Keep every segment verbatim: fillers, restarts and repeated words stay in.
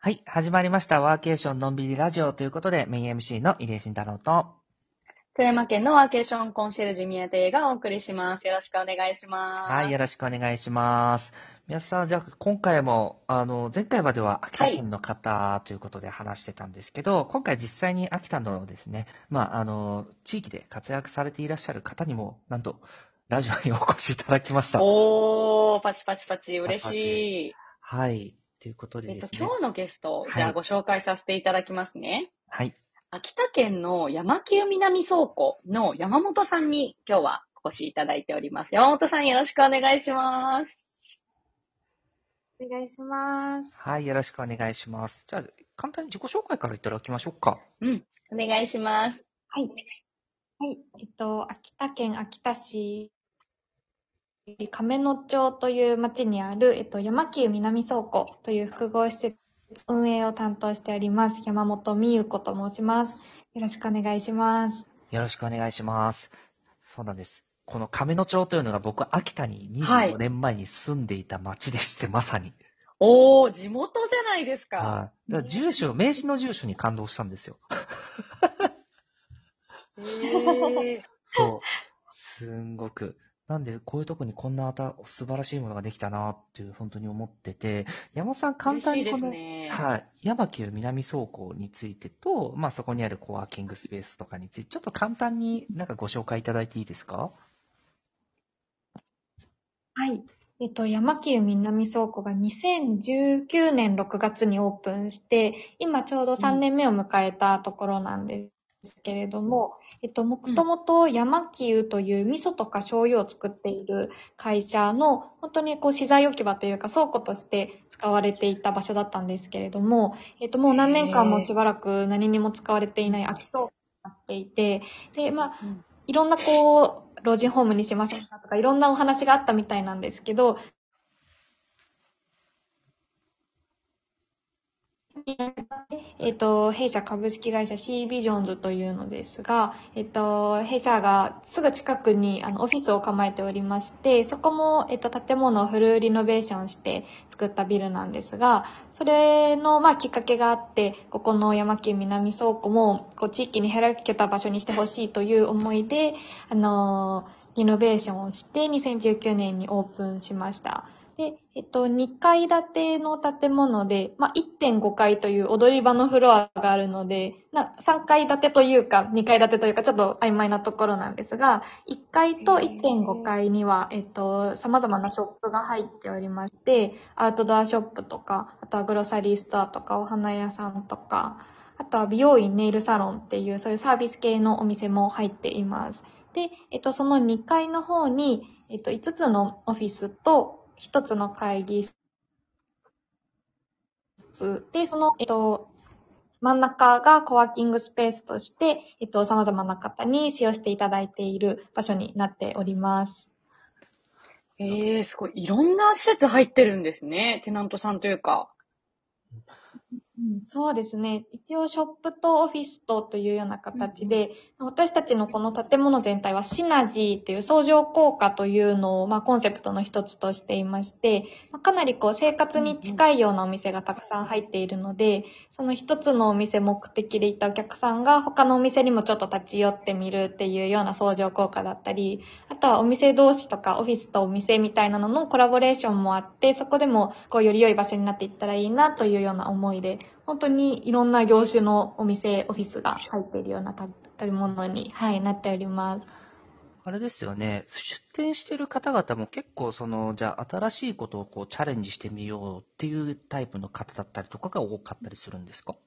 はい、始まりました。ワーケーションのんびりラジオということで、メイン エムシー の入江慎太郎と、 富山県のワーケーションコンシェルジュ宮邸がお送りします。よろしくお願いしはい、よろます。 しくお願いします。皆さん、じゃあ、今回も、あの、前回までは秋田はい。 県の方ということで話してたんですけど、今回実際に秋田のですね、まあ、あの、地域で活躍されていらっしゃる方にも、なんと、ラジオにお越しいただきました。 おー、パチパチパチ、嬉しパチパチ。 い。 はい、ということでえっと、 ですね。 今日のゲストを、じはい、 ゃあご紹介させていただきますね。 はい。 秋田県の山木南倉庫の山本さんに今日はお越しいただいております。山本さん、よろしくお願いします。 お願いします。 はい、よろしくお願いします。じゃあ、簡単に自己紹介からいただきましょうか。 うん、お願いします。 はい。はい。えっと、秋田県秋田市亀野町という町にある、えっと、山久南倉庫という複合施設運営を担当しております。山本美優子と申します。よろしくお願いします。 よろしくお願いします。そうなんです。この亀野町というのが僕、秋田に25 はい。 年前に住んでいた町でして、まさに。 おー、地元じゃないですか。 はい。だから住所、名刺の住所に感動したんですよ。 えー。 そう。すんごく。なんで、こういうとこにこんなあた素晴らしいものができたなっていう、本当に思ってて、山本さん、簡嬉しいです単にこの、 ね。 はい、山久南倉庫についてと、まあそこにあるコワーキングスペースとかについて、ちょっと簡単になんかご紹介いただいていいですか？ はい。えっと、山久南倉庫がにせんじゅうきゅうねんろくがつにオープンして、今ちょうど3 うん。 年目を迎えたところなんですけれども、えっと、もうん。 ともと山久という味噌とか醤油を作っている会社の、本当にこう資材置き場というか倉庫として使われていた場所だったんですけれども、えっと、もう何年間もへえ。 しばらく何にも使われていない空き倉庫になっていて、で、まあ、 うん。 いろんなこう、老人ホームにしませんかとか、いろんなお話があったみたいなんですけど、えっと、弊社株式会社 C ビジョンズというのですが、えっと、弊社がすぐ近くにあのオフィスを構えておりまして、そこも、えっと、建物をフルリノベーションして作ったビルなんですが、それの、まあ、きっかけがあって、ここの山木南倉庫も、こう、地域に開けた場所にしてほしいという思いで、あの、リノベーションをしてにせんじゅうきゅうねんにオープンしました。で、えっと、にかい建ての建物で、まあ、いってんごかいという踊り場のフロアがあるので、なさんかい建てというか、にかい建てというか、ちょっと曖昧なところなんですが、いっかいへといってんごえ。 かいには、えっと、様々なショップが入っておりまして、アウトドアショップとか、あとはグロサリーストアとか、お花屋さんとか、あとは美容院、ネイルサロンっていう、そういうサービス系のお店も入っています。で、えっと、そのにかいの方に、えっと、いつつのオフィスとひとつの会議室で、その、えっと、真ん中がコワーキングスペースとして、えっと、様々な方に使用していただいている場所になっております。 ええ、すごい。いろんな施設入ってるんですね。テナントさんというか。 うん、そうですね。一応、ショップとオフィスとというようなうんうん。 形で、私たちのこの建物全体はシナジーっていう相乗効果というのを、まあ、コンセプトの一つとしていまして、まあ、かなりこう生活にうんうん。 近いようなお店がたくさん入っているので、その一つのお店目的で行ったお客さんが他のお店にもちょっと立ち寄ってみるっていうような相乗効果だったり、あとはお店同士とかオフィスとお店みたいなののコラボレーションもあって、そこでもこうより良い場所になっていったらいいなというような思いで、本当にいろんな業種のお店、オフィスが入っているような建物に、はい、なっております。 あれですよね。出店してる方々も結構その、じゃあ新しいことをこうチャレンジしてみようっていうタイプの方だったりとかが多かったりするんですか？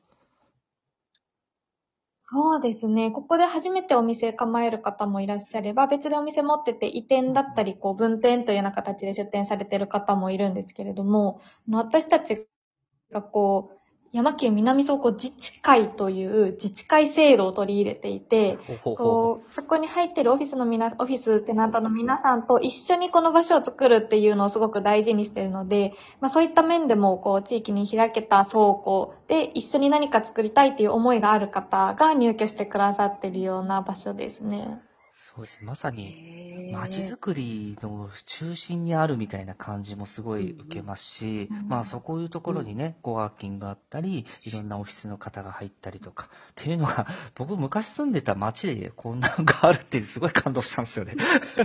そうですね。ここで初めてお店構える方もいらっしゃれば、別でお店持ってて移転だったり、こう分店というような形で出店されている方もいるんですけれども、私たちがこう、山県南倉庫自治会という自治会制度を取り入れていて、 ほうほうほうほこう、そこに入ってるオフィスのみな、オフィステナントの皆さんと一緒にこの場所を作るっていうのをすごく大事にしているので、まあそういった面でも、こう、地域に開けた倉庫で一緒に何か作りたいっていう思いがある方が入居してくださっているような場所ですね。 そうですね。まさに、 へ街づえ。 くりの中心にあるみたいな感じもすごうんい受けますし、 うん。 まあそういうとうん。うん。 ころにね、コワーキングがあったり、いろんなオフィスの方が入ったりとか、っていうのが、僕昔住んでた街でこんなのがあるってすごい感動したんですよね。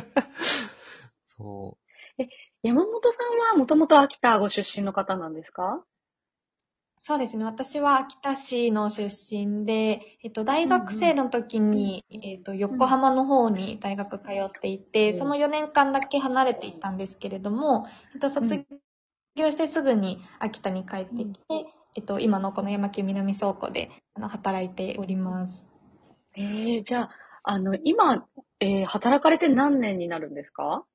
そえ、山本さんはもともと秋田ご出身の方なんですか？ そうですね。私は秋田市の出身で、えっと、大学うんうん。 生の時に、えっと、 うん。 横浜の方に大学通っていて、そのおう。 よねんかんだけ離れていたんですけれども、えっと、 うん。 卒業してすぐに秋田に帰っうん。 てきて、えっと、今のこの山木南倉庫であの働いております。 ええ、じゃあ、あの、今、えー働かれて何年になるんですか？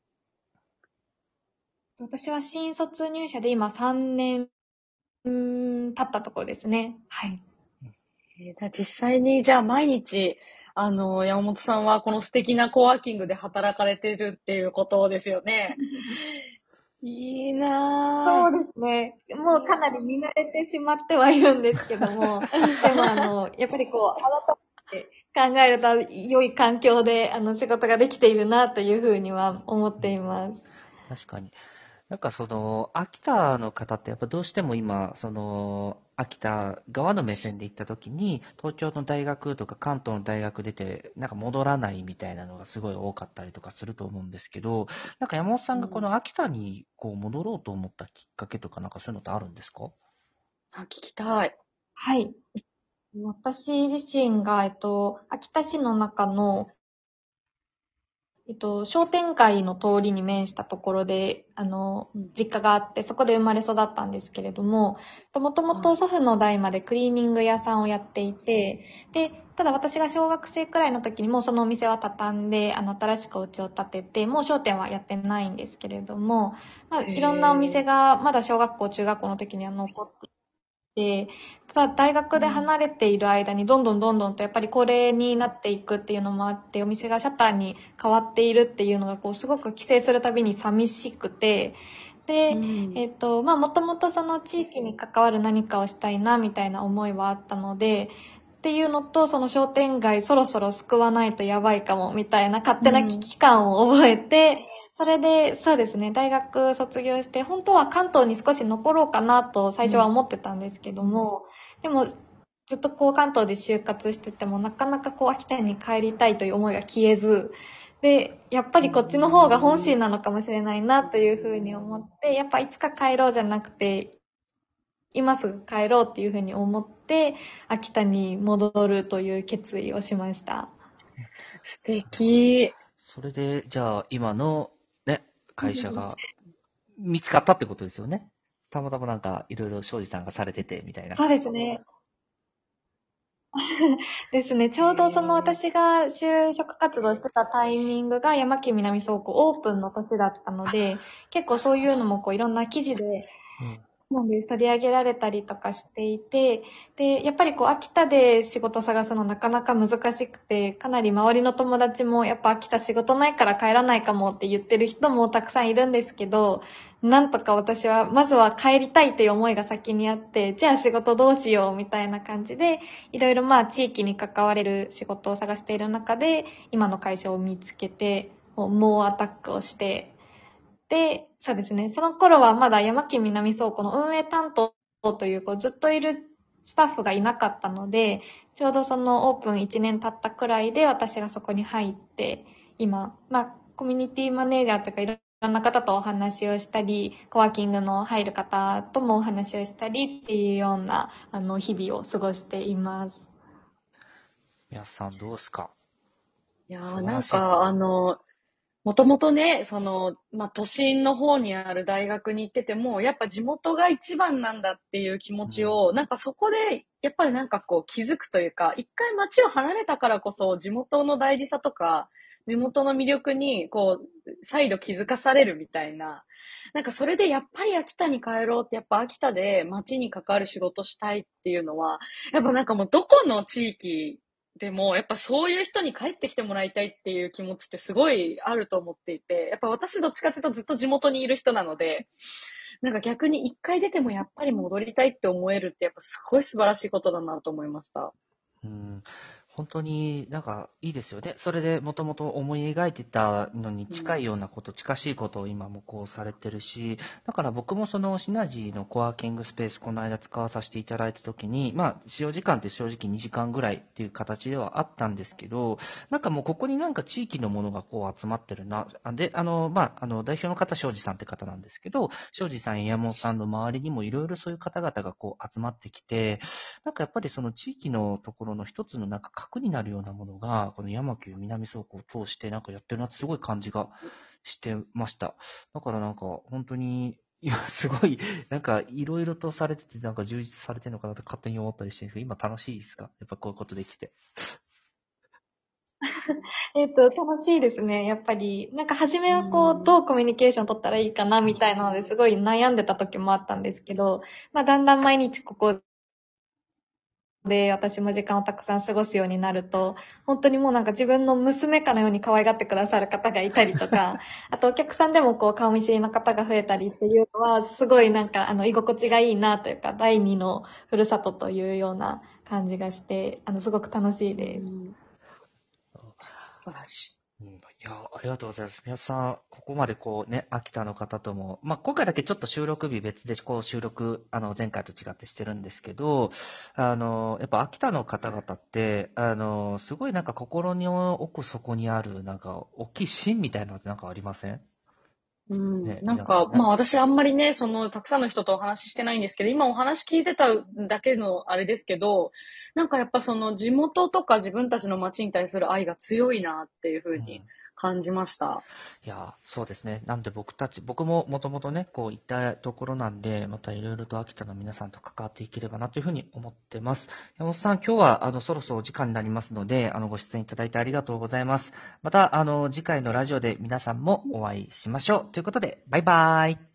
私は新卒入社で今さんねん経ったところですね。はい。 えーじゃあ実際に、じゃあ毎日、あの、山本さんはこの素敵なコワーキングで働かれてるっていうことですよね。いいなぁ。 そうですね。もうかなり見慣れてしまってはいるんですけども、でもあの、やっぱりこう、改めて考えると良い環境であの仕事ができているなというふうには思っています。 確かに。なんかその、秋田の方ってやっぱどうしても今、その、秋田側の目線で行った時に、東京の大学とか関東の大学出て、なんか戻らないみたいなのがすごい多かったりとかすると思うんですけど、なんか山本さんがこうん。 の秋田にこう戻ろうと思ったきっかけとかなんかそういうのってあるんですか？ あ、聞きたい。 はい。私自身が、えっと、秋田市の中のえっと、商店街の通りに面したところで、あの、 うん。 実家があって、そこで生まれ育ったんですけれども、もともとはい。 祖父の代までクリーニング屋さんをやっていて、で、ただ私が小学生くらいの時にもうそのお店は畳んで、あの、新しくお家を建てて、もう商店はやってないんですけれども、まあ、 へいろんなお店え。 がまだ小学校、中学校の時には残ってで、ただ大学でうん。 離れている間にどんどんどんどんとやっぱり高齢になっていくっていうのもあって、お店がシャッターに変わっているっていうのがこうすごく帰省するたびに寂しくて、 うで、 ん。 えっと、まあもともとその地域に関わる何かをしたいなみたいな思いはあったので、っていうのと、その商店街そろそろ救わないとやばいかもみたいな勝手な危うん。 機感を覚えて、それで、そうですね、大学卒業して、本当は関東に少し残ろうかなと最初はうん。 思ってたんですけども、でも、ずっとこう関東で就活してても、なかなかこう秋田に帰りたいという思いが消えず、で、やっぱうりこっちの方が本ん。 心なのかもしれないなというふうに思って、やっぱいつか帰ろうじゃなくて、今すぐ帰ろうっていうふうに思って、秋田に戻るという決意をしました。 素敵。 それで、じゃあ今のね、会社が見つかったってことですよね。たまたまなんかいろいろ庄司さんがされててみたいな。 そうですね。ですね。ちへょうどそのえ。 私が就職活動してたタイミングが山木南倉庫オープンの年だったので、結構そういうのもこういろんな記事でうん。 なんです。取り上げられたりとかしていて、で、やっぱりこう、秋田で仕事探すのなかなか難しくて、かなり周りの友達も、やっぱ秋田仕事ないから帰らないかもって言ってる人もたくさんいるんですけど、なんとか私は、まずは帰りたいという思いが先にあって、じゃあ仕事どうしようみたいな感じで、いろいろまあ地域に関われる仕事を探している中で、今の会社を見つけて、もう猛アタックをして、で、そうですね。その頃はまだ山木南倉庫の運営担当という、こうずっといるスタッフがいなかったので、ちょうどそのオープンいちねん経ったくらいで私がそこに入って、今、まあ、コミュニティマネージャーとかいろんな方とお話をしたり、コワーキングの入る方ともお話をしたりっていうような、あの、日々を過ごしています。 皆さんどうすか？ いやー、 素晴なんか、あらしいですね。 の、もともとね、その、まあ、都心の方にある大学に行ってても、やっぱ地元が一番なんだっていう気持うん。 ちを、なんかそこで、やっぱりなんかこう気づくというか、一回街を離れたからこそ、地元の大事さとか、地元の魅力に、こう、再度気づかされるみたいな。なんかそれでやっぱり秋田に帰ろうって、やっぱ秋田で街に関わる仕事したいっていうのは、やっぱなんかもうどこの地域でも、やっぱそういう人に帰ってきてもらいたいっていう気持ちってすごいあると思っていて、やっぱ私どっちかっていうとずっと地元にいる人なので、なんか逆に一回出てもやっぱり戻りたいって思えるってやっぱすごい素晴らしいことだなと思いました。 うん。 本当になんかいいですよね。それでもともと思い描いてたのに近いようなこと、近しいことを今もこうされてるし、だから僕もそのシナジーのコワーキングスペースこの間使わさせていただいたときに、まあ使用時間って正直にじかんぐらいっていう形ではあったんですけど、なんかもうここになんか地域のものがこう集まってるな。で、あの、まあ、あの代表の方、庄司さんって方なんですけど、庄司さん、山本さんの周りにもいろいろそういう方々がこう集まってきて、なんかやっぱりその地域のところの一つのなんか核になるようなものが、この山久南倉庫を通してなんかやってるなってすごい感じがしてました。だからなんか本当に、いや、すごい、なんかいろいろとされてて、なんか充実されてるのかなって勝手に思ったりしてるんですけど、今楽しいですか？やっぱこういうことできて。 えっと、楽しいですね。やっぱり、なんか初めはこう、 うんどうコミュニケーション取ったらいいかな、みたいなのですごい悩んでた時もあったんですけど、まあ、だんだん毎日ここで私も時間をたくさん過ごすようになると、本当にもうなんか自分の娘かのように可愛がってくださる方がいたりとか、あとお客さんでもこう顔見知りの方が増えたりっていうのは、すごいなんかあの居心地がいいなというか、第二のふるさとというような感じがして、あの、すごく楽しいです。 素晴らしい。 うん、いや、ありがとうございます。皆さん、ここまでこうね、秋田の方とも、まあ、今回だけちょっと収録日別でこう収録、あの、前回と違ってしてるんですけど、あの、やっぱ秋田の方々って、あの、すごいなんか心の奥底にある、なんか、大きい芯みたいなのってなんかありませんうんね、 なんか、 皆さんね。 まあ私あんまりね、その、たくさんの人とお話ししてないんですけど、今お話聞いてただけのあれですけど、なんかやっぱその地元とか自分たちの街に対する愛が強いなっていうふうにうん感じました。 いや、そうですね。なんで僕たち、僕ももともとね、こういったところなんで、またいろいろと秋田の皆さんと関わっていければなというふうに思ってます。山本さん、今日はあのそろそろお時間になりますので、あのご出演いただいてありがとうございます。また、あの次回のラジオで皆さんもお会いしましょう。ということで、バイバイ。